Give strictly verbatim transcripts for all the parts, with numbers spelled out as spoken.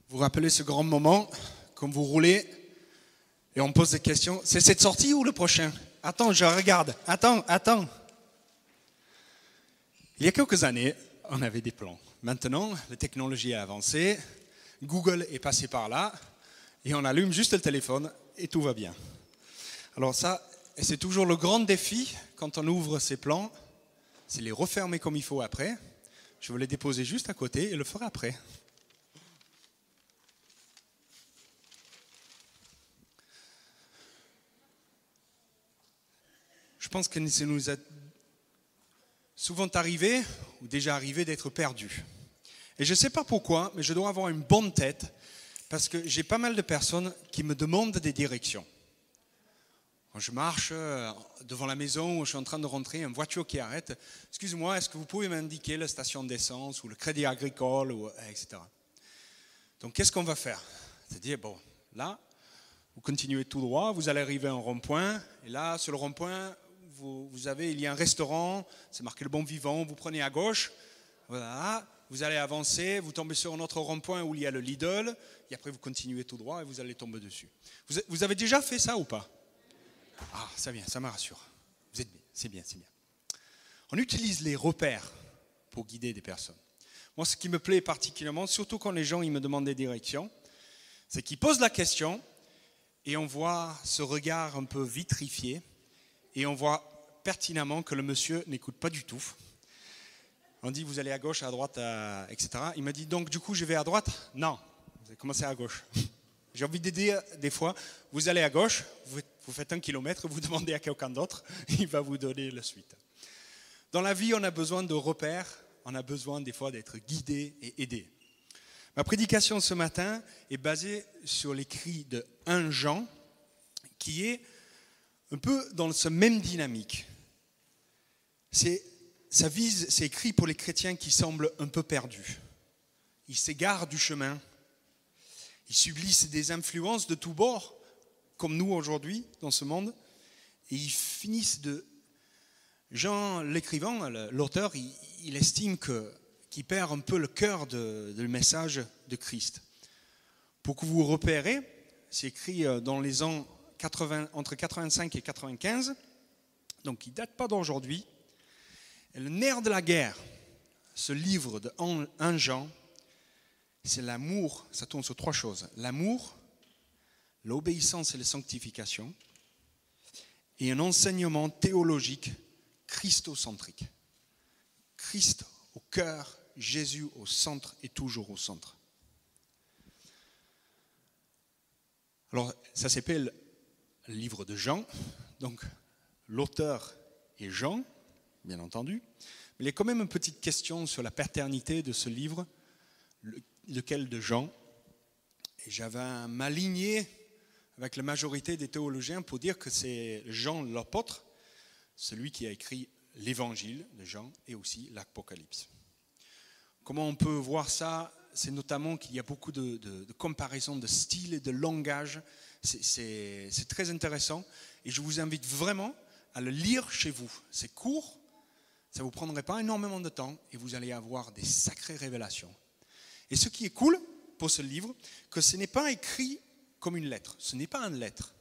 Vous vous rappelez ce grand moment, quand vous roulez et on pose des questions. C'est cette sortie ou le prochain? Attends, je regarde. Attends, attends. Il y a quelques années, on avait des plans. Maintenant, la technologie a avancé, Google est passé par là, et on allume juste le téléphone et tout va bien. Alors ça, c'est toujours le grand défi quand on ouvre ces plans, c'est les refermer comme il faut après. Je vais les déposer juste à côté et le faire après. Je pense que ça nous a souvent arrivé, ou déjà arrivé, d'être perdus. Et je ne sais pas pourquoi, mais je dois avoir une bonne tête, parce que j'ai pas mal de personnes qui me demandent des directions. Quand je marche devant la maison où je suis en train de rentrer, une voiture qui arrête, « Excusez-moi, est-ce que vous pouvez m'indiquer la station d'essence ou le crédit agricole ?» ou, et cetera. Donc, qu'est-ce qu'on va faire? C'est-à-dire, bon, là, vous continuez tout droit, vous allez arriver à un rond-point, et là, sur le rond-point, vous, vous avez, il y a un restaurant, c'est marqué le Bon Vivant, vous prenez à gauche, voilà, vous allez avancer, vous tombez sur un autre rond-point où il y a le Lidl, et après vous continuez tout droit et vous allez tomber dessus. Vous, vous avez déjà fait ça ou pas? Ah, ça vient, ça me rassure. Vous êtes bien, c'est bien, c'est bien. On utilise les repères pour guider des personnes. Moi, ce qui me plaît particulièrement, surtout quand les gens ils me demandent des directions, c'est qu'ils posent la question et on voit ce regard un peu vitrifié et on voit pertinemment que le monsieur n'écoute pas du tout. On dit, vous allez à gauche, à droite, à, et cetera. Il me dit, donc du coup, je vais à droite? Non, vous allez commencer à gauche. J'ai envie de dire des fois, vous allez à gauche, vous, vous faites un kilomètre, vous demandez à quelqu'un d'autre, il va vous donner la suite. Dans la vie, on a besoin de repères, on a besoin des fois d'être guidé et aidé. Ma prédication ce matin est basée sur l'écrit de premier Jean, qui est un peu dans ce même dynamique. C'est, ça vise, c'est écrit pour les chrétiens qui semblent un peu perdus. Ils s'égarent du chemin. Ils subissent des influences de tous bords, comme nous aujourd'hui dans ce monde, et ils finissent de... Jean, l'écrivain, l'auteur, il, il estime que, qu'il perd un peu le cœur de, de le message de Christ. Pour que vous repérez, c'est écrit dans les ans quatre-vingts, entre quatre-vingt-cinq et quatre-vingt-quinze, donc il ne date pas d'aujourd'hui. Et le nerf de la guerre, ce livre de premier Jean, c'est l'amour, ça tourne sur trois choses. L'amour, l'obéissance et la sanctification, et un enseignement théologique christocentrique. Christ au cœur, Jésus au centre et toujours au centre. Alors, ça s'appelle le livre de Jean, donc l'auteur est Jean, bien entendu, mais il y a quand même une petite question sur la paternité de ce livre, lequel de Jean. Et j'avais m'aligné avec la majorité des théologiens pour dire que c'est Jean l'apôtre, celui qui a écrit l'évangile de Jean et aussi l'Apocalypse. Comment on peut voir ça? C'est notamment qu'il y a beaucoup de, de, de comparaisons de style et de langage. C'est, c'est, c'est très intéressant et je vous invite vraiment à le lire chez vous. C'est court, ça ne vous prendrait pas énormément de temps et vous allez avoir des sacrées révélations. Et ce qui est cool pour ce livre, que ce n'est pas écrit comme une lettre. Ce n'est pas une lettre.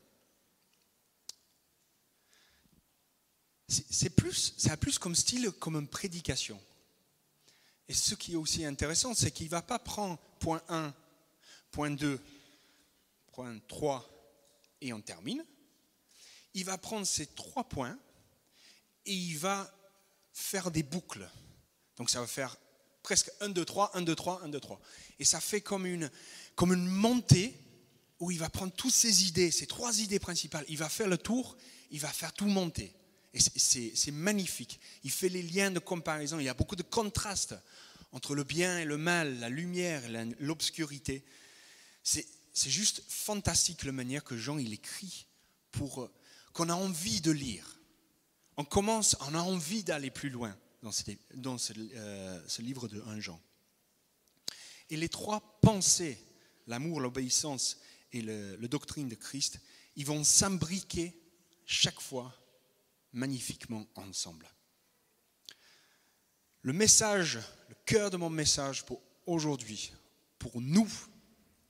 C'est, c'est plus, ça a plus comme style, comme une prédication. Et ce qui est aussi intéressant, c'est qu'il ne va pas prendre point un, point deux, point trois et on termine. Il va prendre ces trois points et il va faire des boucles. Donc ça va faire presque un, deux, trois, un, deux, trois, un, deux, trois. Et ça fait comme une, comme une montée où il va prendre toutes ces idées, ces trois idées principales. Il va faire le tour, il va faire tout monter. Et c'est, c'est, c'est magnifique. Il fait les liens de comparaison. Il y a beaucoup de contrastes entre le bien et le mal, la lumière et la, l'obscurité. C'est, c'est juste fantastique la manière que Jean il écrit pour qu'on a envie de lire. On commence, on a envie d'aller plus loin dans, ce, dans ce, euh, ce livre de premier Jean. Et les trois pensées, l'amour, l'obéissance et le, le doctrine de Christ, ils vont s'imbriquer chaque fois magnifiquement ensemble. Le message, le cœur de mon message pour aujourd'hui, pour nous,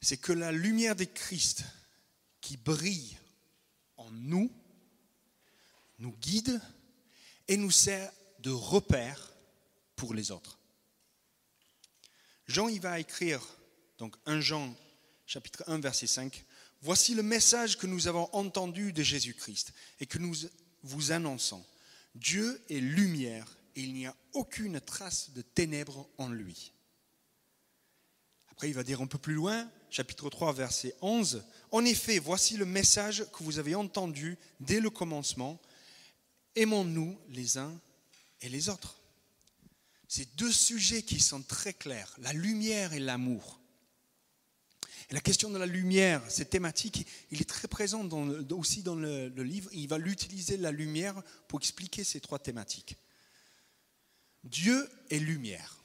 c'est que la lumière de Christ qui brille en nous, nous guide et nous sert de repère pour les autres. Jean, il va écrire, donc un Jean, chapitre un, verset cinq, « Voici le message que nous avons entendu de Jésus-Christ et que nous vous annonçons. Dieu est lumière et il n'y a aucune trace de ténèbres en lui. » Après, il va dire un peu plus loin, chapitre trois, verset onze, « En effet, voici le message que vous avez entendu dès le commencement. Aimons-nous les uns et les autres. » C'est deux sujets qui sont très clairs, la lumière et l'amour. Et la question de la lumière, cette thématique, il est très présent dans le, aussi dans le, le livre. Il va l'utiliser, la lumière, pour expliquer ces trois thématiques. Dieu est lumière.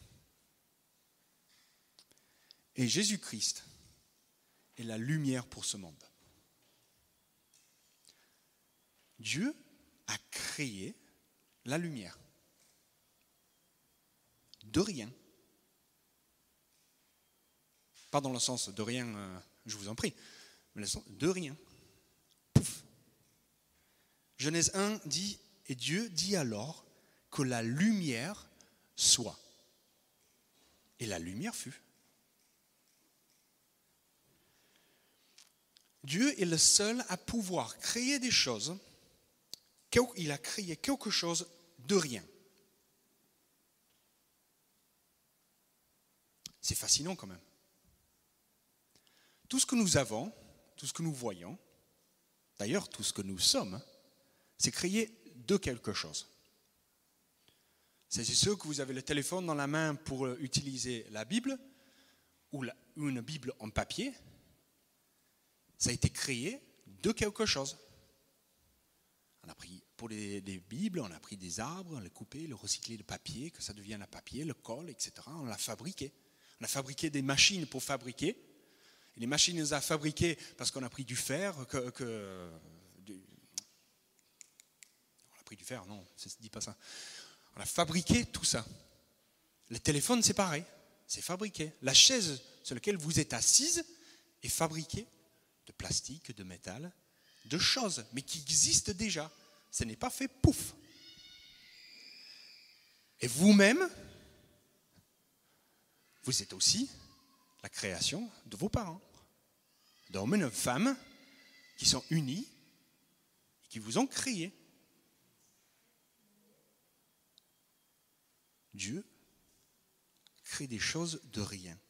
Et Jésus-Christ est la lumière pour ce monde. Dieu a créé la lumière. De rien. Pas dans le sens de rien, euh, je vous en prie, mais le sens de rien. Pouf. Genèse un dit, et Dieu dit alors que la lumière soit. Et la lumière fut. Dieu est le seul à pouvoir créer des choses. Il a créé quelque chose de rien. C'est fascinant quand même. Tout ce que nous avons, tout ce que nous voyons, d'ailleurs tout ce que nous sommes, c'est créé de quelque chose. C'est sûr que vous avez le téléphone dans la main pour utiliser la Bible ou, la, ou une Bible en papier. Ça a été créé de quelque chose. On a pris, pour les, les Bibles, on a pris des arbres, on l'a coupé, le recyclé, le papier, que ça devienne un papier, le colle, et cetera. On l'a fabriqué. On a fabriqué des machines pour fabriquer. Et les machines, on les a fabriquées parce qu'on a pris du fer. Que, que, du... On a pris du fer, non, ça ne se dit pas ça. On a fabriqué tout ça. Le téléphone, c'est pareil. C'est fabriqué. La chaise sur laquelle vous êtes assise est fabriquée de plastique, de métal, de choses, mais qui existent déjà. Ce n'est pas fait pouf. Et vous-même, vous êtes aussi la création de vos parents, d'hommes et de femmes qui sont unis et qui vous ont créé. Dieu crée des choses de rien.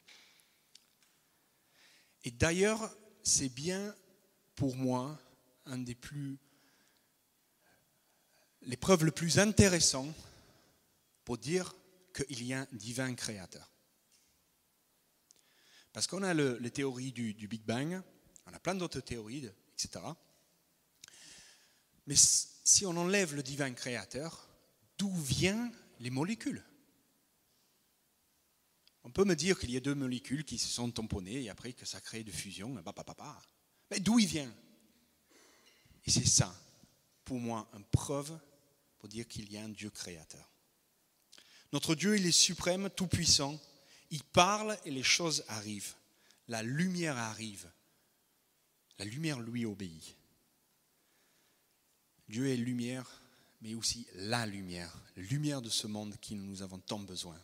Et d'ailleurs, c'est bien pour moi un des plus, l'épreuve le plus intéressante pour dire qu'il y a un divin créateur. Parce qu'on a le, les théories du, du Big Bang, on a plein d'autres théories, et cetera. Mais si on enlève le divin créateur, d'où viennent les molécules? On peut me dire qu'il y a deux molécules qui se sont tamponnées et après que ça crée de fusion, bah, bah, bah, bah. Mais d'où il vient? Et c'est ça, pour moi, une preuve pour dire qu'il y a un Dieu créateur. Notre Dieu, il est suprême, tout-puissant. Il parle et les choses arrivent. La lumière arrive. La lumière lui obéit. Dieu est lumière, mais aussi la lumière. La lumière de ce monde qui nous avons tant besoin.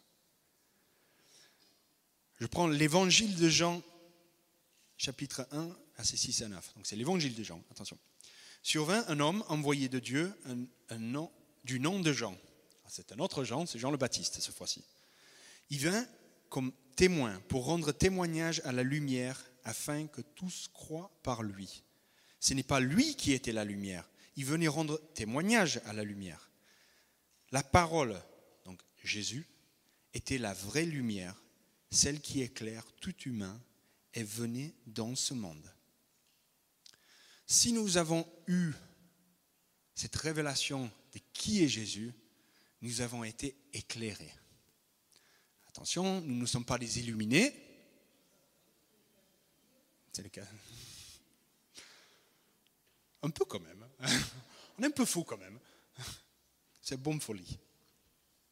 Je prends l'évangile de Jean, chapitre un, versets six à neuf. Donc c'est l'évangile de Jean, attention. Survint un homme envoyé de Dieu un, un nom, du nom de Jean. C'est un autre Jean, c'est Jean le Baptiste cette fois-ci. Il vint comme témoin pour rendre témoignage à la lumière afin que tous croient par lui. Ce n'est pas lui qui était la lumière. Il venait rendre témoignage à la lumière. La parole, donc Jésus, était la vraie lumière, celle qui éclaire tout humain et venait dans ce monde. Si nous avons eu cette révélation de qui est Jésus, nous avons été éclairés. Attention, nous ne sommes pas des illuminés. C'est le cas. Un peu quand même. On est un peu fou quand même. C'est bonne folie.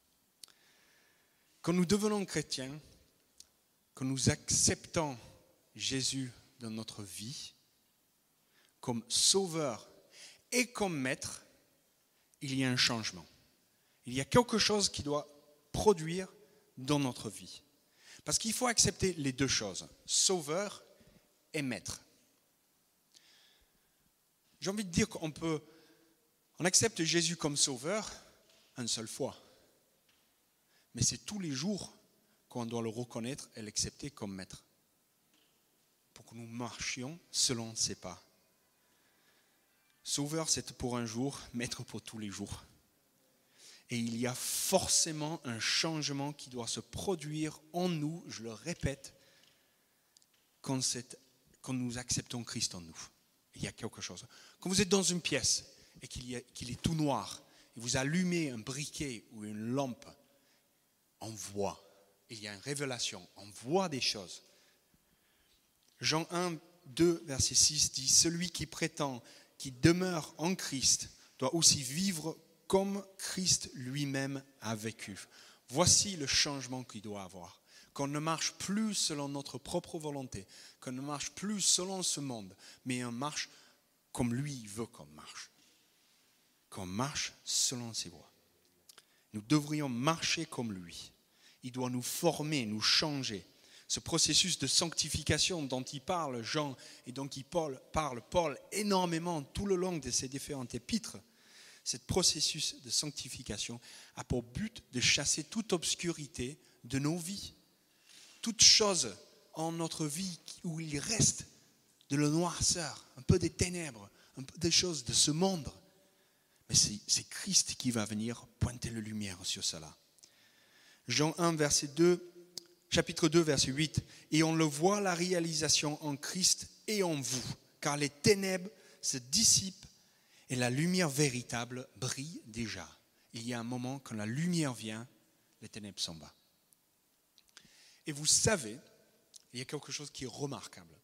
Quand nous devenons chrétiens, quand nous acceptons Jésus dans notre vie, comme sauveur et comme maître, il y a un changement. Il y a quelque chose qui doit produire dans notre vie. Parce qu'il faut accepter les deux choses, sauveur et maître. J'ai envie de dire qu'on peut, on accepte Jésus comme sauveur une seule fois. Mais c'est tous les jours qu'on doit le reconnaître et l'accepter comme maître. Pour que nous marchions selon ses pas. Sauveur, c'est pour un jour, maître pour tous les jours. Et il y a forcément un changement qui doit se produire en nous, je le répète, quand, c'est, quand nous acceptons Christ en nous. Il y a quelque chose. Quand vous êtes dans une pièce et qu'il, y a, qu'il est tout noir, et vous allumez un briquet ou une lampe, on voit. Il y a une révélation, on voit des choses. Jean un, deux, verset six dit « Celui qui prétend qu'il demeure en Christ doit aussi vivre comme Christ lui-même a vécu. » Voici le changement qu'il doit avoir. Qu'on ne marche plus selon notre propre volonté, qu'on ne marche plus selon ce monde, mais on marche comme lui veut qu'on marche. Qu'on marche selon ses voies. Nous devrions marcher comme lui. Il doit nous former, nous changer. Ce processus de sanctification dont il parle Jean et dont il parle Paul énormément tout le long de ses différentes épîtres, ce processus de sanctification a pour but de chasser toute obscurité de nos vies. Toute chose en notre vie où il reste de la noirceur, un peu des ténèbres, un peu des choses de ce monde. Mais c'est, c'est Christ qui va venir pointer la lumière sur cela. Jean un, verset deux, chapitre deux, verset huit. « Et on le voit la réalisation en Christ et en vous, car les ténèbres se dissipent et la lumière véritable brille déjà. » Il y a un moment, quand la lumière vient, les ténèbres s'en vont. Et vous savez, il y a quelque chose qui est remarquable.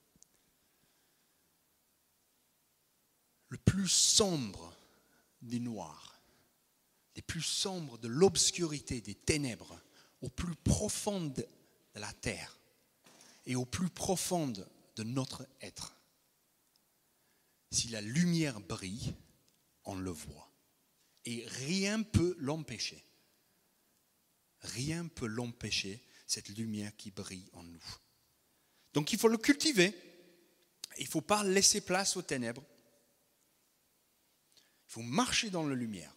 Le plus sombre des noirs, les plus sombres de l'obscurité, des ténèbres, au plus profond de la terre et au plus profond de notre être, si la lumière brille, on le voit. Et rien ne peut l'empêcher. Rien ne peut l'empêcher, cette lumière qui brille en nous. Donc il faut le cultiver. Il ne faut pas laisser place aux ténèbres. Il faut marcher dans la lumière.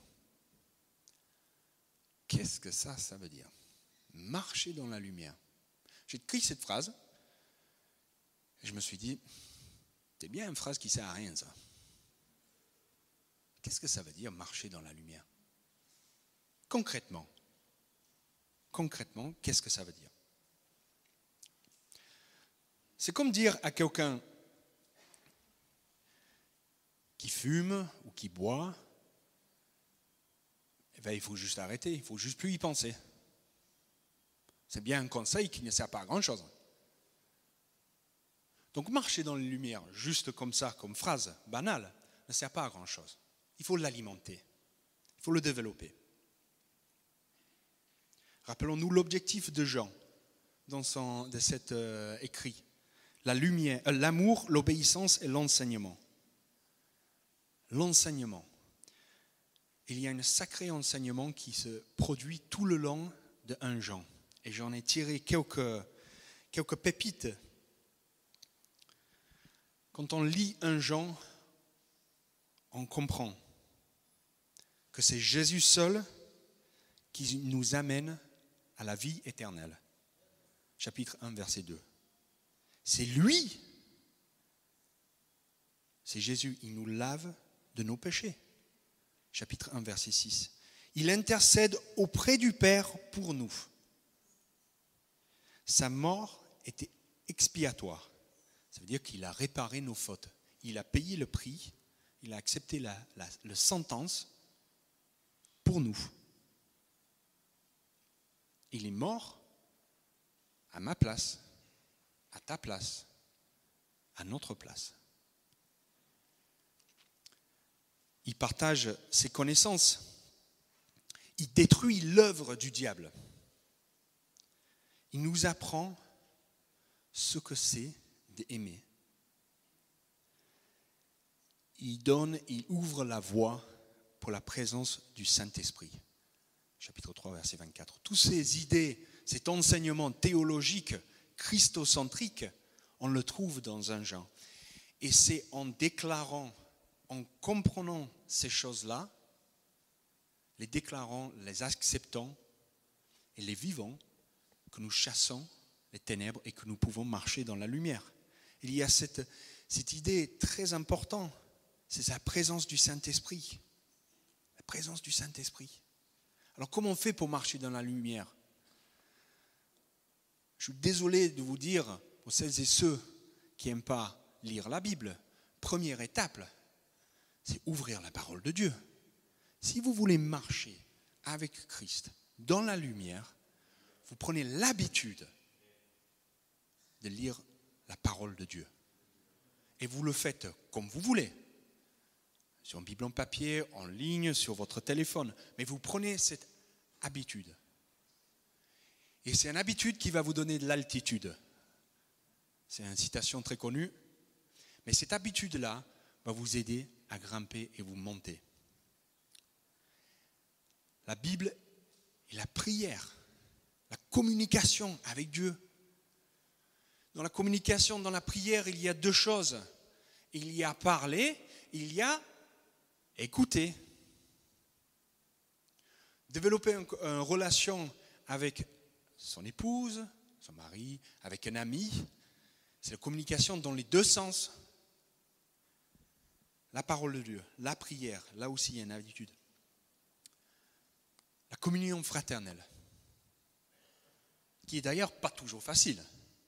Qu'est-ce que ça, ça veut dire? Marcher dans la lumière. J'ai écrit cette phrase et je me suis dit, c'est bien une phrase qui ne sert à rien, ça. Qu'est-ce que ça veut dire, marcher dans la lumière? Concrètement, concrètement, qu'est-ce que ça veut dire? C'est comme dire à quelqu'un qui fume ou qui boit, eh bien, il faut juste arrêter, il ne faut juste plus y penser. C'est bien un conseil qui ne sert pas à grand-chose. Donc marcher dans les lumières, juste comme ça, comme phrase banale, ne sert pas à grand-chose. Il faut l'alimenter, il faut le développer. Rappelons-nous l'objectif de Jean dans son, de cet euh, écrit. La lumière, euh, l'amour, l'obéissance et l'enseignement. L'enseignement. Il y a un sacré enseignement qui se produit tout le long de un Jean. Et j'en ai tiré quelques, quelques pépites. Quand on lit un Jean, on comprend que c'est Jésus seul qui nous amène à la vie éternelle. Chapitre un, verset deux. C'est lui, c'est Jésus, il nous lave de nos péchés. Chapitre un, verset six. Il intercède auprès du Père pour nous. Sa mort était expiatoire. Ça veut dire qu'il a réparé nos fautes. Il a payé le prix, il a accepté la, la, la sentence pour nous. Il est mort à ma place, à ta place, à notre place. Il partage ses connaissances. Il détruit l'œuvre du diable. Il nous apprend ce que c'est d'aimer. Il donne, il ouvre la voie pour la présence du Saint-Esprit. Chapitre trois, verset vingt-quatre. Toutes ces idées, cet enseignement théologique, christocentrique, on le trouve dans un Jean. Et c'est en déclarant, en comprenant ces choses-là, les déclarant, les acceptant et les vivant, que nous chassons les ténèbres et que nous pouvons marcher dans la lumière. Il y a cette, cette idée très importante, c'est la présence du Saint-Esprit. La présence du Saint-Esprit. Alors comment on fait pour marcher dans la lumière? Je suis désolé de vous dire, pour celles et ceux qui n'aiment pas lire la Bible, première étape, c'est ouvrir la parole de Dieu. Si vous voulez marcher avec Christ dans la lumière, vous prenez l'habitude de lire la parole de Dieu. Et vous le faites comme vous voulez. Sur une Bible en papier, en ligne, sur votre téléphone. Mais vous prenez cette habitude. Et c'est une habitude qui va vous donner de l'altitude. C'est une citation très connue. Mais cette habitude-là va vous aider à grimper et vous monter. La Bible et la prière, la communication avec Dieu. Dans la communication, dans la prière, il y a deux choses. Il y a parler, il y a écouter. Développer une, une relation avec son épouse, son mari, avec un ami, c'est la communication dans les deux sens. La parole de Dieu, la prière, là aussi il y a une habitude. La communion fraternelle, qui est d'ailleurs pas toujours facile.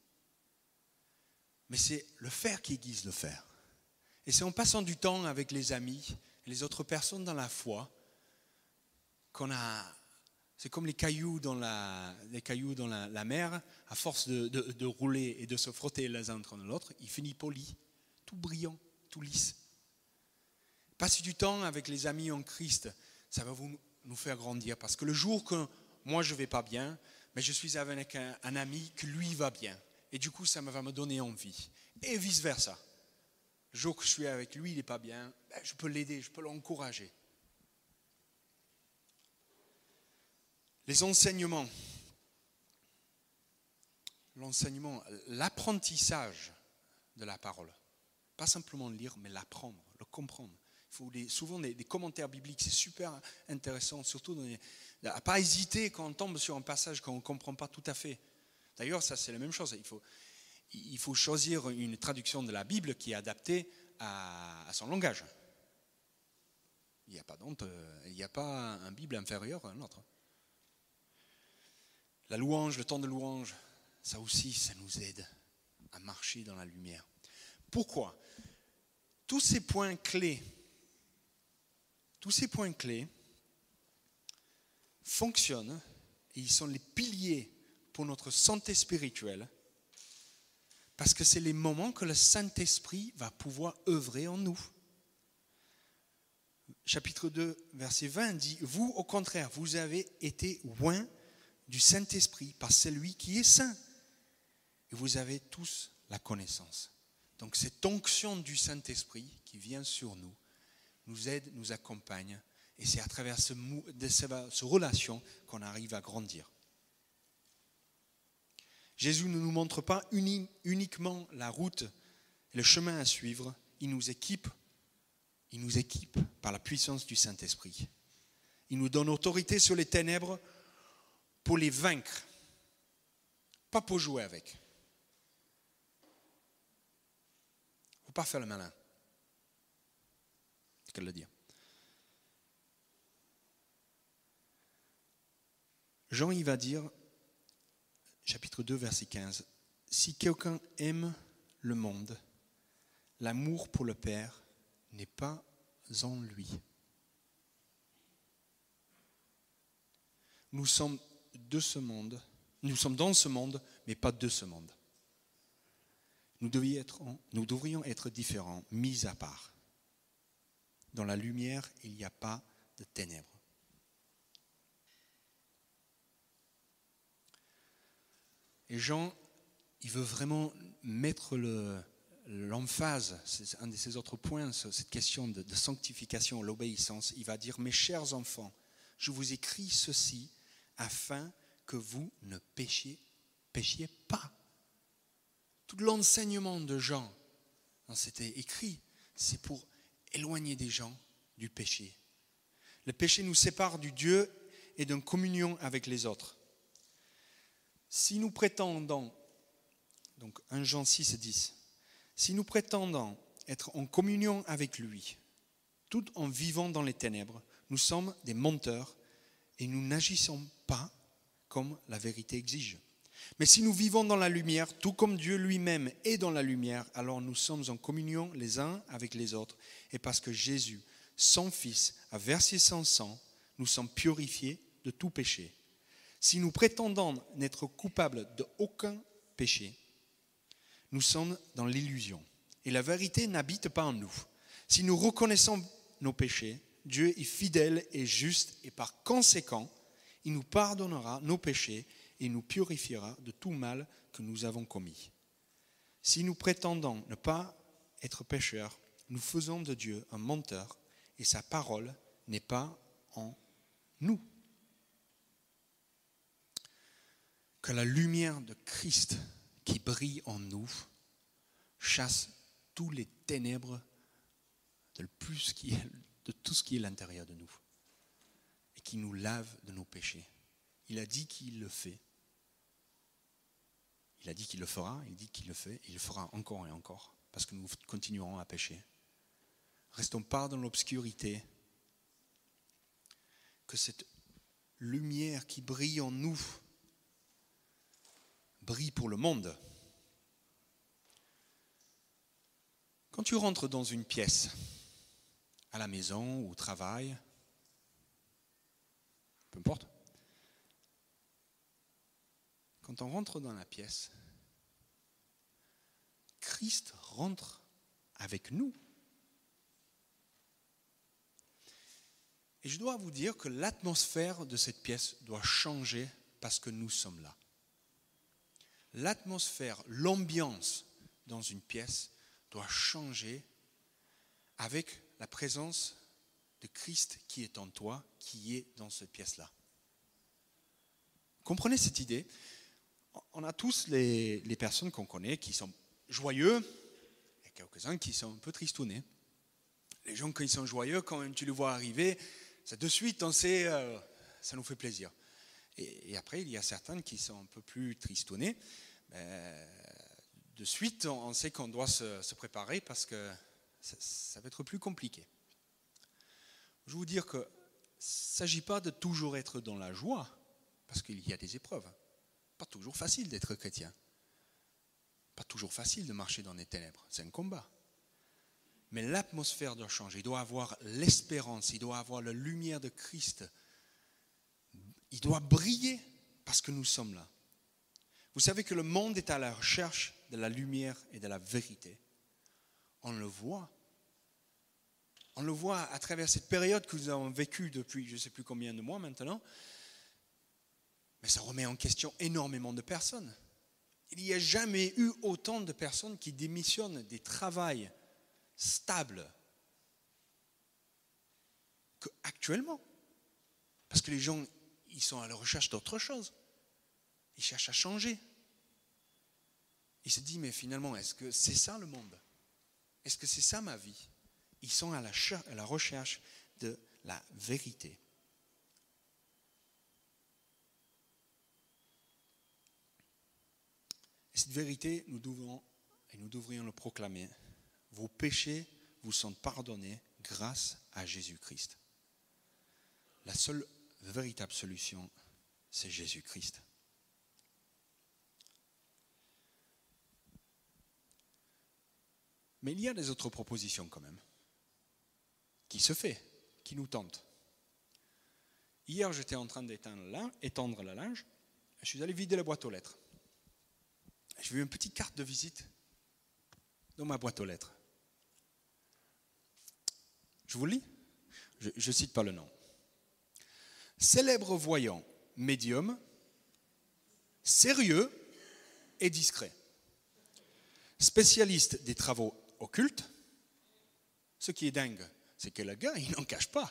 Mais c'est le faire qui aiguise le faire. Et c'est en passant du temps avec les amis et les autres personnes dans la foi qu'on a... C'est comme les cailloux dans la, les cailloux dans la, la mer, à force de, de, de rouler et de se frotter les uns contre l'autre, il finit poli, tout brillant, tout lisse. Passer du temps avec les amis en Christ, ça va vous, nous faire grandir. Parce que le jour que moi je ne vais pas bien, mais je suis avec un, un ami que lui va bien. Et du coup, ça va me donner envie. Et vice-versa. Le jour que je suis avec lui, il n'est pas bien, ben, je peux l'aider, je peux l'encourager. Les enseignements, l'enseignement, l'apprentissage de la parole. Pas simplement le lire, mais l'apprendre, le comprendre. Il faut des, souvent des, des commentaires bibliques, c'est super intéressant, surtout dans les, à ne pas hésiter quand on tombe sur un passage qu'on ne comprend pas tout à fait. D'ailleurs, ça c'est la même chose, il faut, il faut choisir une traduction de la Bible qui est adaptée à, à son langage. Il n'y a pas d'honte, il n'y a pas un Bible inférieur à un autre. La louange, le temps de louange, ça aussi, ça nous aide à marcher dans la lumière. Pourquoi? Tous ces points clés, tous ces points clés fonctionnent et ils sont les piliers pour notre santé spirituelle parce que c'est les moments que le Saint-Esprit va pouvoir œuvrer en nous. Chapitre deux, verset vingt dit « Vous, au contraire, vous avez été oints du Saint-Esprit par celui qui est saint. Et vous avez tous la connaissance. » Donc cette onction du Saint-Esprit qui vient sur nous, nous aide, nous accompagne. Et c'est à travers ce, de ce relation qu'on arrive à grandir. Jésus ne nous montre pas uni, uniquement la route et le chemin à suivre. Il nous équipe, il nous équipe par la puissance du Saint-Esprit. Il nous donne autorité sur les ténèbres pour les vaincre, pas pour jouer avec. Il ne faut pas faire le malin. C'est qu'elle le dit. Jean, il va dire, chapitre deux, verset quinze, « Si quelqu'un aime le monde, l'amour pour le Père n'est pas en lui. » Nous sommes de ce monde, nous sommes dans ce monde, mais pas de ce monde. Nous devrions être, nous devrions être différents, mis à part. Dans la lumière, il n'y a pas de ténèbres. Et Jean, il veut vraiment mettre le, l'emphase, c'est un de ses autres points, cette question de, de sanctification, l'obéissance. Il va dire, mes chers enfants, je vous écris ceci afin que vous ne péchiez, péchiez pas. Tout l'enseignement de Jean, c'était écrit, c'est pour éloigner des gens du péché. Le péché nous sépare du Dieu et d'une communion avec les autres. Si nous prétendons, donc premier Jean six, dix, si nous prétendons être en communion avec lui, tout en vivant dans les ténèbres, nous sommes des menteurs et nous n'agissons pas comme la vérité exige. Mais si nous vivons dans la lumière, tout comme Dieu lui-même est dans la lumière, alors nous sommes en communion les uns avec les autres. Et parce que Jésus, son Fils, a versé son sang, nous sommes purifiés de tout péché. Si nous prétendons n'être coupables d'aucun péché, nous sommes dans l'illusion. Et la vérité n'habite pas en nous. Si nous reconnaissons nos péchés, Dieu est fidèle et juste, et par conséquent, il nous pardonnera nos péchés et nous purifiera de tout mal que nous avons commis. Si nous prétendons ne pas être pécheurs, nous faisons de Dieu un menteur et sa parole n'est pas en nous. Que la lumière de Christ qui brille en nous chasse tous les ténèbres de, plus qui est, de tout ce qui est l'intérieur de nous et qui nous lave de nos péchés. Il a dit qu'il le fait. Il a dit qu'il le fera, il dit qu'il le fait, et il le fera encore et encore, parce que nous continuerons à pécher. Restons pas dans l'obscurité. Que cette lumière qui brille en nous brille pour le monde. Quand tu rentres dans une pièce, à la maison ou au travail, peu importe, quand on rentre dans la pièce, Christ rentre avec nous. Et je dois vous dire que l'atmosphère de cette pièce doit changer parce que nous sommes là. L'atmosphère, l'ambiance dans une pièce doit changer avec la présence de Christ qui est en toi, qui est dans cette pièce-là. Comprenez cette idée? On a tous les, les personnes qu'on connaît qui sont joyeux, et quelques-uns qui sont un peu tristounés. Les gens, quand ils sont joyeux, quand tu les vois arriver, c'est de suite, on sait, euh, ça nous fait plaisir. Et, et après, il y a certains qui sont un peu plus tristounés. Mais de suite, on sait qu'on doit se, se préparer parce que ça, ça va être plus compliqué. Je veux vous dire qu'il ne s'agit pas de toujours être dans la joie, parce qu'il y a des épreuves. Pas toujours facile d'être chrétien. Pas toujours facile de marcher dans les ténèbres. C'est un combat. Mais l'atmosphère doit changer. Il doit avoir l'espérance. Il doit avoir la lumière de Christ. Il doit briller parce que nous sommes là. Vous savez que le monde est à la recherche de la lumière et de la vérité. On le voit. On le voit à travers cette période que nous avons vécue depuis je ne sais plus combien de mois maintenant. Mais ça remet en question énormément de personnes. Il n'y a jamais eu autant de personnes qui démissionnent des travails stables qu'actuellement. Parce que les gens, ils sont à la recherche d'autre chose. Ils cherchent à changer. Ils se disent, mais finalement, est-ce que c'est ça le monde? Est-ce que c'est ça ma vie? Ils sont à la, à la recherche de la vérité. Et cette vérité, nous devons, et nous devrions le proclamer. Vos péchés vous sont pardonnés grâce à Jésus-Christ. La seule véritable solution, c'est Jésus-Christ. Mais il y a des autres propositions quand même, qui se fait, qui nous tentent. Hier, j'étais en train d'étendre la linge, je suis allé vider la boîte aux lettres. J'ai vu une petite carte de visite dans ma boîte aux lettres. Je vous lis, je ne cite pas le nom. Célèbre voyant, médium, sérieux et discret. spécialiste des travaux occultes. Ce qui est dingue, c'est que le gars, il n'en cache pas.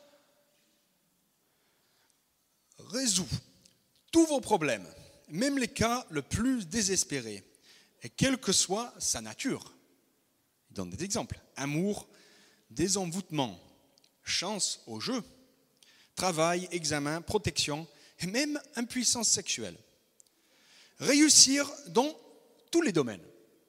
Résout tous vos problèmes, même les cas le plus désespérés, et quelle que soit sa nature. Il donne des exemples. Amour, désenvoûtement, chance au jeu, travail, examen, protection, et même impuissance sexuelle. Réussir dans tous les domaines.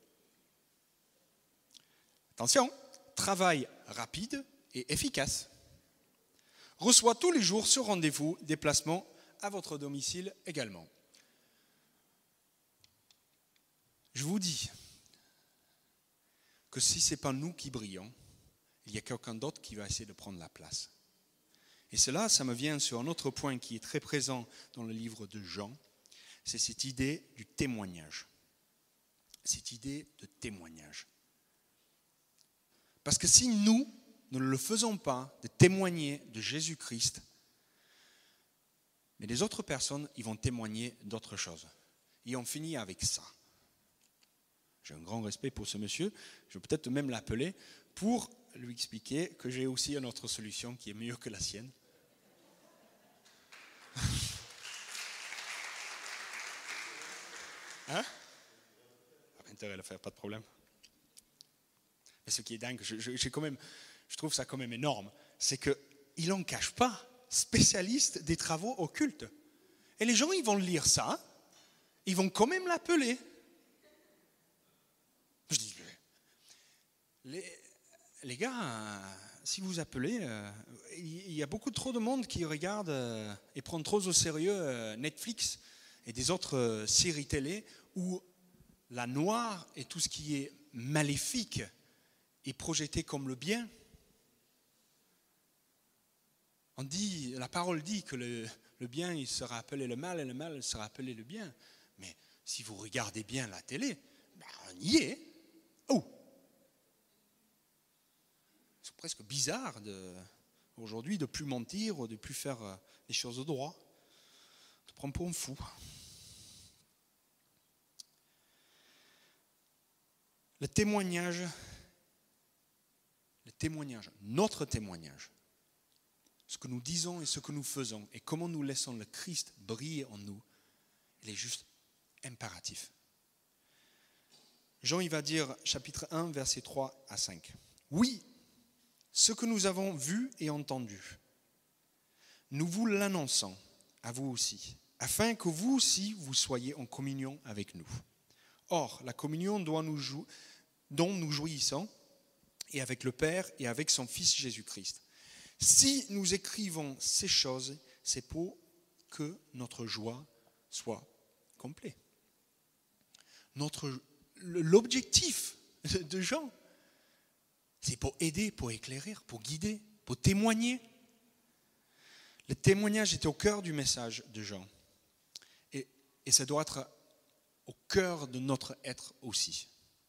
Attention, travail rapide et efficace. Reçoit tous les jours sur rendez-vous des placements à votre domicile également. Je vous dis que si ce n'est pas nous qui brillons, il y a quelqu'un d'autre qui va essayer de prendre la place. Et cela, ça me vient sur un autre point qui est très présent dans le livre de Jean, c'est cette idée du témoignage. Cette idée de témoignage. Parce que si nous ne le faisons pas, de témoigner de Jésus-Christ, mais les autres personnes, ils vont témoigner d'autres choses. Et on finit avec ça. J'ai un grand respect pour ce monsieur, je vais peut-être même l'appeler pour lui expliquer que j'ai aussi une autre solution qui est meilleure que la sienne. Hein? Pas intérêt à le faire, pas de problème. Mais ce qui est dingue, je, je, j'ai quand même, je trouve ça quand même énorme, c'est qu'il n'en cache pas, spécialiste des travaux occultes. Et les gens, ils vont lire ça, ils vont quand même l'appeler. Je dis, les, les gars, si vous appelez, euh, il y a beaucoup trop de monde qui regarde euh, et prend trop au sérieux euh, Netflix et des autres euh, séries télé où la noire et tout ce qui est maléfique est projeté comme le bien. On dit, la parole dit que le, le bien il sera appelé le mal et le mal sera appelé le bien. Mais si vous regardez bien la télé, ben on y est. Oh, c'est presque bizarre de, aujourd'hui de plus mentir ou de plus faire les choses au droit. On te prend pour un fou. Le témoignage, le témoignage, notre témoignage, ce que nous disons et ce que nous faisons et comment nous laissons le Christ briller en nous, il est juste impératif. Jean, il va dire, chapitre un, versets trois à cinq. Oui, ce que nous avons vu et entendu, nous vous l'annonçons à vous aussi, afin que vous aussi, vous soyez en communion avec nous. Or, la communion doit nous jou- dont nous jouissons, et avec le Père et avec son Fils Jésus-Christ. Si nous écrivons ces choses, c'est pour que notre joie soit complète. Notre, l'objectif de Jean, c'est pour aider, pour éclairer, pour guider, pour témoigner. Le témoignage est au cœur du message de Jean. Et, et ça doit être au cœur de notre être aussi.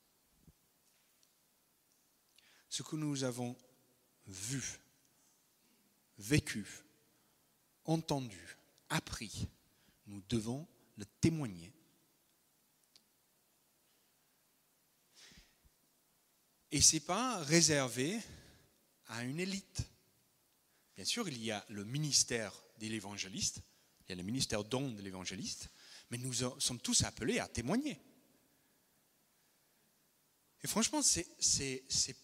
Ce que nous avons vu, vécu, entendu, appris, nous devons le témoigner. Et ce n'est pas réservé à une élite. Bien sûr, il y a le ministère de l'évangéliste, il y a le ministère don de l'évangéliste, mais nous sommes tous appelés à témoigner. Et franchement, c'est... c'est, c'est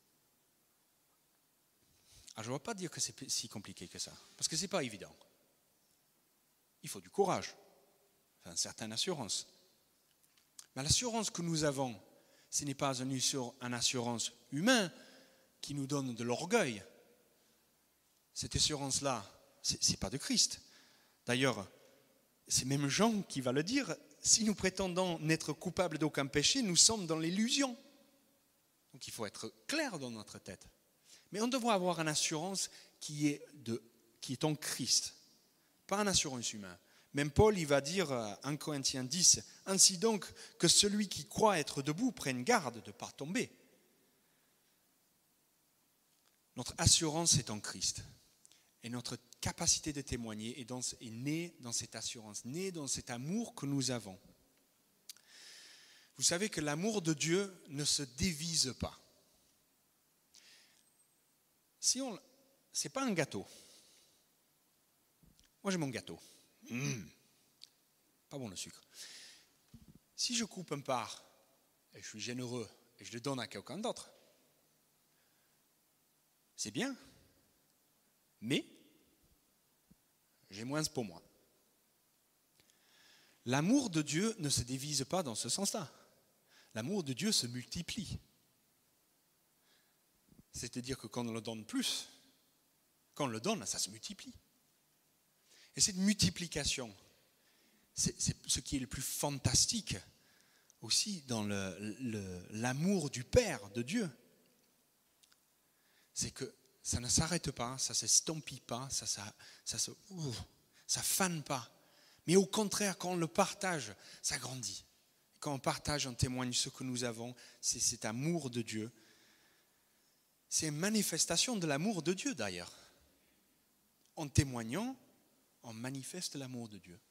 ah, je ne vais pas dire que c'est si compliqué que ça, parce que ce n'est pas évident. Il faut du courage, enfin, une certaine assurance. Mais l'assurance que nous avons, ce n'est pas une assurance humaine qui nous donne de l'orgueil. Cette assurance-là, ce n'est pas de Christ. D'ailleurs, c'est même Jean qui va le dire, si nous prétendons n'être coupables d'aucun péché, nous sommes dans l'illusion. Donc il faut être clair dans notre tête. Mais on devrait avoir une assurance qui est, de, qui est en Christ, pas une assurance humaine. Même Paul, il va dire, en Corinthiens dix, « Ainsi donc que celui qui croit être debout prenne garde de ne pas tomber. » Notre assurance est en Christ. Et notre capacité de témoigner est, dans, est née dans cette assurance, née dans cet amour que nous avons. Vous savez que l'amour de Dieu ne se divise pas. Si on, c'est pas un gâteau. Moi j'ai mon gâteau. Mmh. Pas bon le sucre. Si je coupe un part et je suis généreux et je le donne à quelqu'un d'autre, c'est bien. Mais j'ai moins pour moi. L'amour de Dieu ne se divise pas dans ce sens-là. L'amour de Dieu se multiplie. C'est-à-dire que quand on le donne plus, quand on le donne, ça se multiplie. Et cette multiplication, c'est, c'est ce qui est le plus fantastique aussi dans le, le, l'amour du Père, de Dieu. C'est que ça ne s'arrête pas, ça ne s'estampille pas, ça ne ça, ça, ça fane pas. Mais au contraire, quand on le partage, ça grandit. Quand on partage, on témoigne ce que nous avons, c'est cet amour de Dieu. C'est une manifestation de l'amour de Dieu d'ailleurs. En témoignant, on manifeste l'amour de Dieu.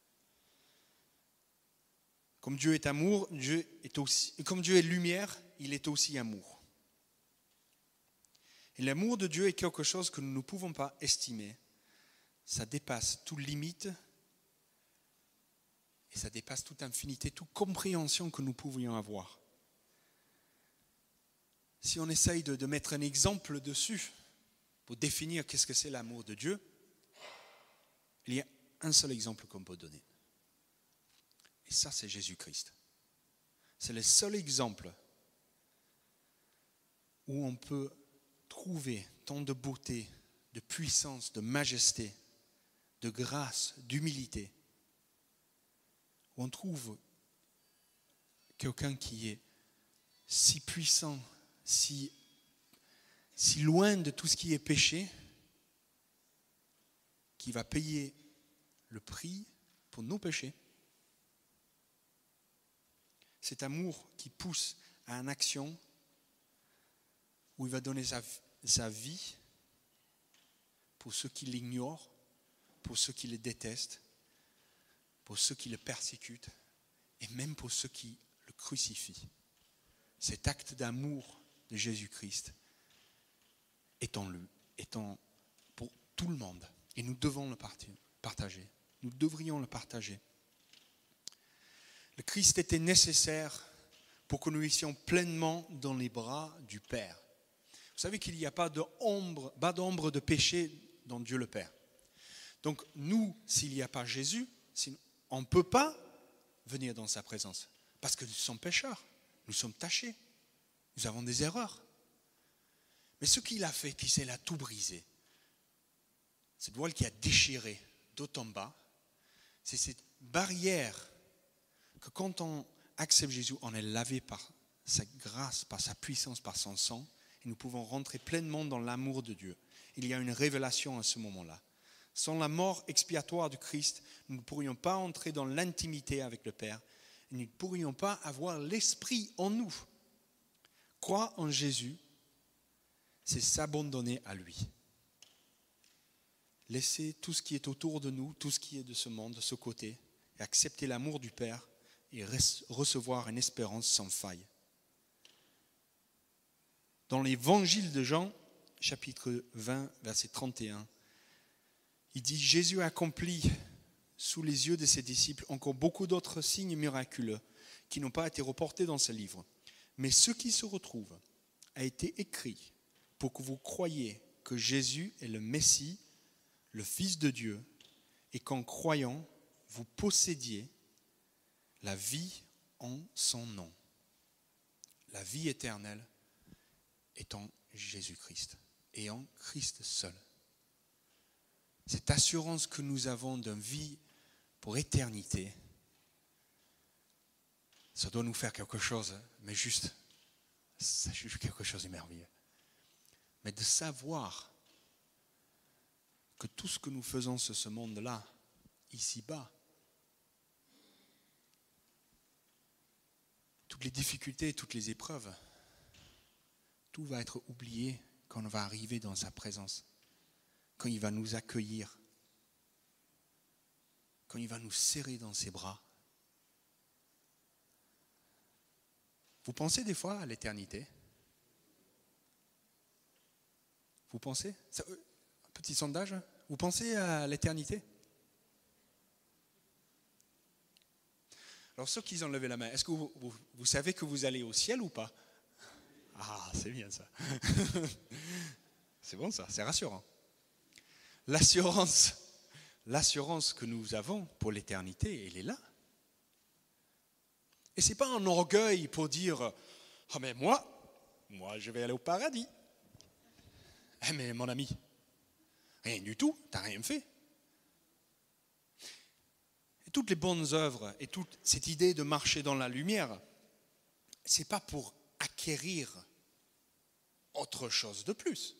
Comme Dieu est amour, Dieu est aussi, comme Dieu est lumière, il est aussi amour. Et l'amour de Dieu est quelque chose que nous ne pouvons pas estimer. Ça dépasse toute limite et ça dépasse toute infinité, toute compréhension que nous pouvions avoir. Si on essaye de, de mettre un exemple dessus pour définir qu'est-ce que c'est l'amour de Dieu, il y a un seul exemple qu'on peut donner. Et ça, c'est Jésus-Christ. C'est le seul exemple où on peut trouver tant de beauté, de puissance, de majesté, de grâce, d'humilité, où on trouve quelqu'un qui est si puissant, si, si loin de tout ce qui est péché, qui va payer le prix pour nos péchés. Cet amour qui pousse à une action où il va donner sa, sa vie pour ceux qui l'ignorent, pour ceux qui le détestent, pour ceux qui le persécutent et même pour ceux qui le crucifient. Cet acte d'amour de Jésus-Christ est en lui, est en, pour tout le monde et nous devons le partager. Nous devrions le partager. Le Christ était nécessaire pour que nous étions pleinement dans les bras du Père. Vous savez qu'il n'y a pas d'ombre, pas d'ombre de péché dans Dieu le Père. Donc nous, s'il n'y a pas Jésus, on ne peut pas venir dans sa présence. Parce que nous sommes pécheurs, nous sommes tachés, nous avons des erreurs. Mais ce qu'il a fait, qui c'est l'a tout brisé, cette voile qui a déchiré d'haut en bas, c'est cette barrière que quand on accepte Jésus, on est lavé par sa grâce, par sa puissance, par son sang, et nous pouvons rentrer pleinement dans l'amour de Dieu. Il y a une révélation à ce moment-là. Sans la mort expiatoire du Christ, nous ne pourrions pas entrer dans l'intimité avec le Père, et nous ne pourrions pas avoir l'Esprit en nous. Croire en Jésus, c'est s'abandonner à lui. Laisser tout ce qui est autour de nous, tout ce qui est de ce monde, de ce côté, et accepter l'amour du Père et recevoir une espérance sans faille. Dans l'évangile de Jean, chapitre vingt, verset trente et un, il dit « Jésus accomplit sous les yeux de ses disciples encore beaucoup d'autres signes miraculeux qui n'ont pas été reportés dans ce livre. Mais ce qui se retrouve a été écrit pour que vous croyiez que Jésus est le Messie, le Fils de Dieu, et qu'en croyant, vous possédiez la vie en son nom. La vie éternelle est en Jésus-Christ et en Christ seul. Cette assurance que nous avons d'une vie pour éternité, ça doit nous faire quelque chose, mais juste, c'est juste quelque chose de merveilleux. Mais de savoir que tout ce que nous faisons sur ce monde-là, ici-bas, toutes les difficultés, toutes les épreuves, tout va être oublié quand on va arriver dans sa présence, quand il va nous accueillir, quand il va nous serrer dans ses bras. Vous pensez des fois à l'éternité? Vous pensez? Ça, euh, un petit sondage. Vous pensez à l'éternité? Alors ceux qui ont levé la main, est-ce que vous, vous, vous savez que vous allez au ciel ou pas? Ah, c'est bien ça. C'est bon ça, c'est rassurant. L'assurance, l'assurance que nous avons pour l'éternité, elle est là. Et ce n'est pas un orgueil pour dire « Ah mais moi, moi je vais aller au paradis. » Eh mais mon ami, rien du tout, tu n'as rien fait. Et toutes les bonnes œuvres et toute cette idée de marcher dans la lumière, ce n'est pas pour acquérir autre chose de plus.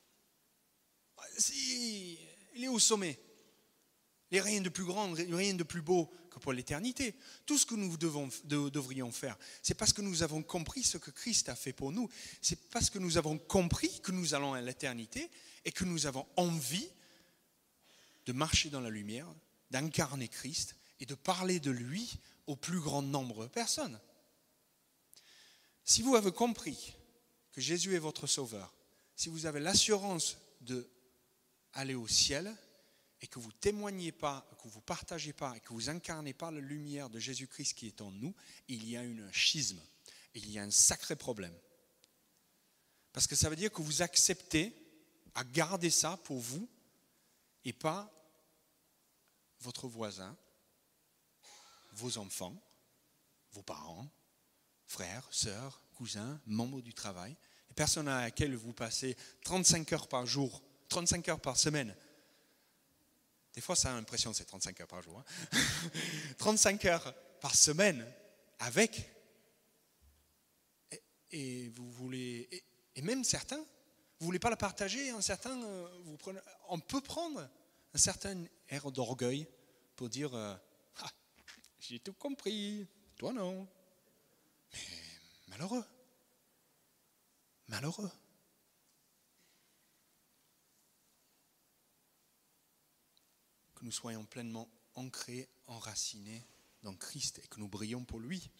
Si, il est au sommet. Il n'y a rien de plus grand, rien de plus beau que pour l'éternité. Tout ce que nous devons, de, devrions faire, c'est parce que nous avons compris ce que Christ a fait pour nous. C'est parce que nous avons compris que nous allons à l'éternité et que nous avons envie de marcher dans la lumière, d'incarner Christ et de parler de lui au plus grand nombre de personnes. Si vous avez compris que Jésus est votre sauveur, si vous avez l'assurance d'aller au ciel, et que vous ne témoignez pas, que vous ne partagez pas, et que vous incarnez pas la lumière de Jésus-Christ qui est en nous, il y a un schisme, il y a un sacré problème. Parce que ça veut dire que vous acceptez à garder ça pour vous, et pas votre voisin, vos enfants, vos parents, frères, sœurs, cousins, membres du travail, les personnes à laquelle vous passez trente-cinq heures par jour, trente-cinq heures par semaine. Des fois, ça a l'impression que c'est trente-cinq heures par jour. Hein. trente-cinq heures par semaine avec. Et, et vous voulez. Et, et même certains, vous ne voulez pas la partager. Un certain, vous prenez, on peut prendre un certain air d'orgueil pour dire euh, ah, j'ai tout compris, toi non. Mais malheureux. Malheureux. Que nous soyons pleinement ancrés, enracinés dans Christ et que nous brillons pour lui.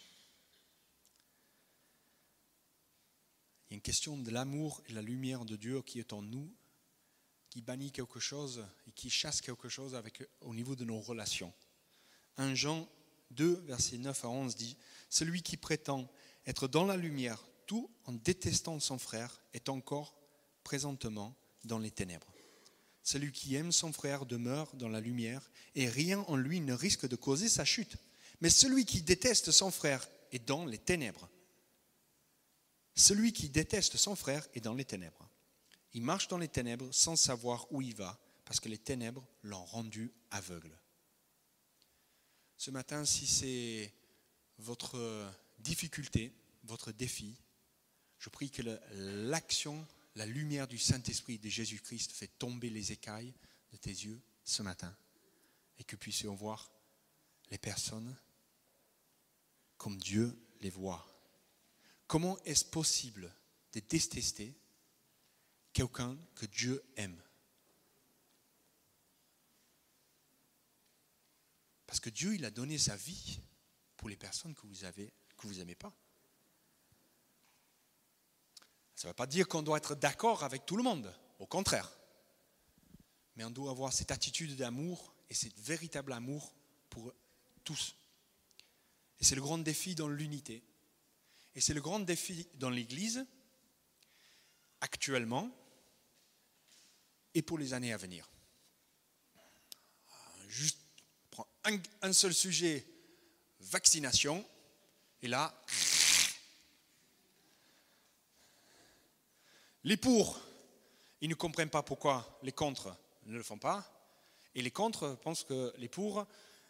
Il y a une question de l'amour et la lumière de Dieu qui est en nous, qui bannit quelque chose et qui chasse quelque chose avec, au niveau de nos relations. un Jean deux, versets neuf à onze dit « Celui qui prétend être dans la lumière, tout en détestant son frère, est encore présentement dans les ténèbres. Celui qui aime son frère demeure dans la lumière et rien en lui ne risque de causer sa chute. Mais celui qui déteste son frère est dans les ténèbres. Celui qui déteste son frère est dans les ténèbres. Il marche dans les ténèbres sans savoir où il va parce que les ténèbres l'ont rendu aveugle. » Ce matin, si c'est votre difficulté, votre défi, je prie que l'action, la lumière du Saint-Esprit de Jésus-Christ fait tomber les écailles de tes yeux ce matin et que puissions voir les personnes comme Dieu les voit. Comment est-ce possible de détester quelqu'un que Dieu aime? Parce que Dieu, il a donné sa vie pour les personnes que vous avez, que vous n'aimez pas. Ça ne veut pas dire qu'on doit être d'accord avec tout le monde, au contraire. Mais on doit avoir cette attitude d'amour et ce véritable amour pour tous. Et c'est le grand défi dans l'unité. Et c'est le grand défi dans l'Église, actuellement, et pour les années à venir. Juste prends un, un seul sujet, vaccination, et là, les pour, ils ne comprennent pas pourquoi les contre ne le font pas, et les contre pensent que les pour, euh,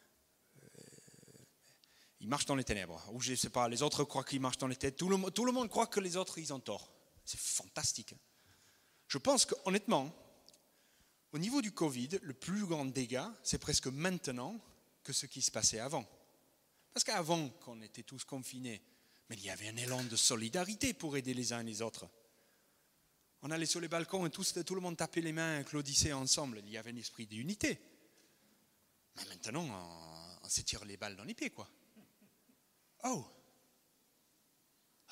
ils marchent dans les ténèbres, ou je ne sais pas, les autres croient qu'ils marchent dans les ténèbres, tout le, tout le monde croit que les autres, ils ont tort. C'est fantastique. Je pense qu'honnêtement, au niveau du Covid, le plus grand dégât, c'est presque maintenant que ce qui se passait avant. Parce qu'avant, quand on était tous confinés, mais il y avait un élan de solidarité pour aider les uns et les autres. On allait sur les balcons et tout, tout le monde tapait les mains, applaudissait ensemble. Il y avait un esprit d'unité. Mais maintenant, on, on se tire les balles dans les pieds, quoi. Oh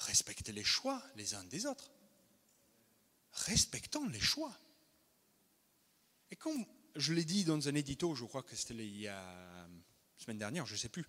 respecte les choix les uns des autres. Respectons les choix. Et comme je l'ai dit dans un édito, je crois que c'était il y a la semaine dernière, je ne sais plus,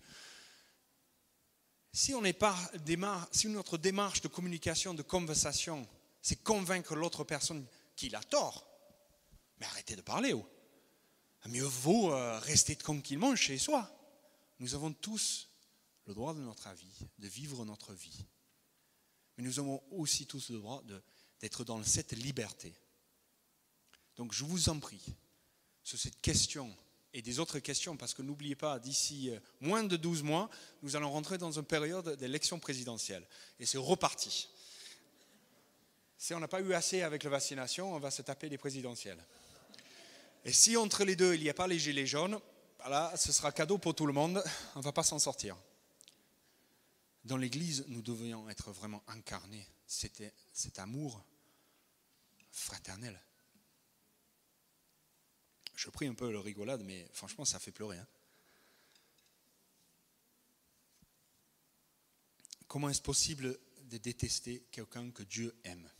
si, on n'est pas démarre, si notre démarche de communication, de conversation, c'est convaincre l'autre personne qu'il a tort, mais arrêtez de parler. Oh. Mieux vaut rester tranquillement chez soi. Nous avons tous le droit de notre avis, de vivre notre vie. Mais nous avons aussi tous le droit de, d'être dans cette liberté. Donc je vous en prie, sur cette question et des autres questions, parce que n'oubliez pas, d'ici moins de douze mois, nous allons rentrer dans une période d'élection présidentielle. Et c'est reparti. Si on n'a pas eu assez avec la vaccination, on va se taper les présidentielles. Et si entre les deux, il n'y a pas les gilets jaunes, voilà, ce sera cadeau pour tout le monde, on ne va pas s'en sortir. Dans l'Église, nous devrions être vraiment incarnés, cet, cet amour fraternel. Je prie un peu le rigolade, mais franchement, ça fait pleurer. Hein. Comment est-ce possible de détester quelqu'un que Dieu aime?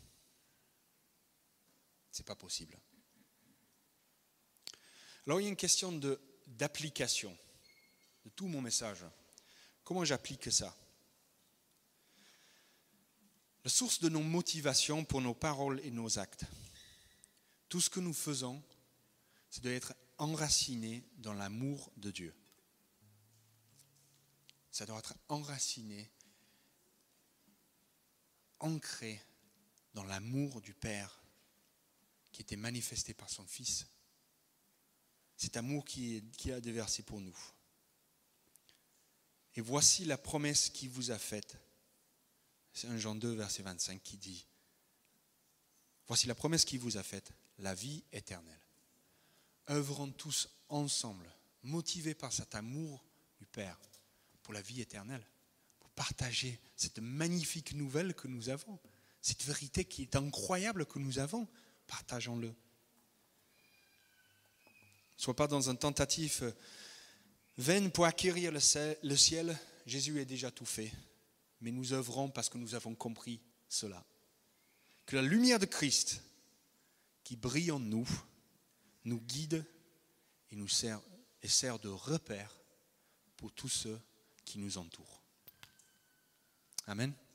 C'est pas possible. Alors, il y a une question de, d'application de tout mon message. Comment j'applique ça? La source de nos motivations pour nos paroles et nos actes. Tout ce que nous faisons, c'est d'être enraciné dans l'amour de Dieu. Ça doit être enraciné, ancré dans l'amour du Père qui était manifesté par son Fils. Cet amour qu'il a déversé pour nous. Et voici la promesse qu'il vous a faite. C'est un Jean deux, verset vingt-cinq qui dit, voici la promesse qu'il vous a faite, la vie éternelle. Œuvrons tous ensemble, motivés par cet amour du Père, pour la vie éternelle, pour partager cette magnifique nouvelle que nous avons, cette vérité qui est incroyable que nous avons, partageons-le. Sois pas dans une tentative vaine pour acquérir le ciel, Jésus a déjà tout fait, mais nous œuvrons parce que nous avons compris cela. Que la lumière de Christ qui brille en nous, nous guide et nous sert, et sert de repère pour tous ceux qui nous entourent. Amen.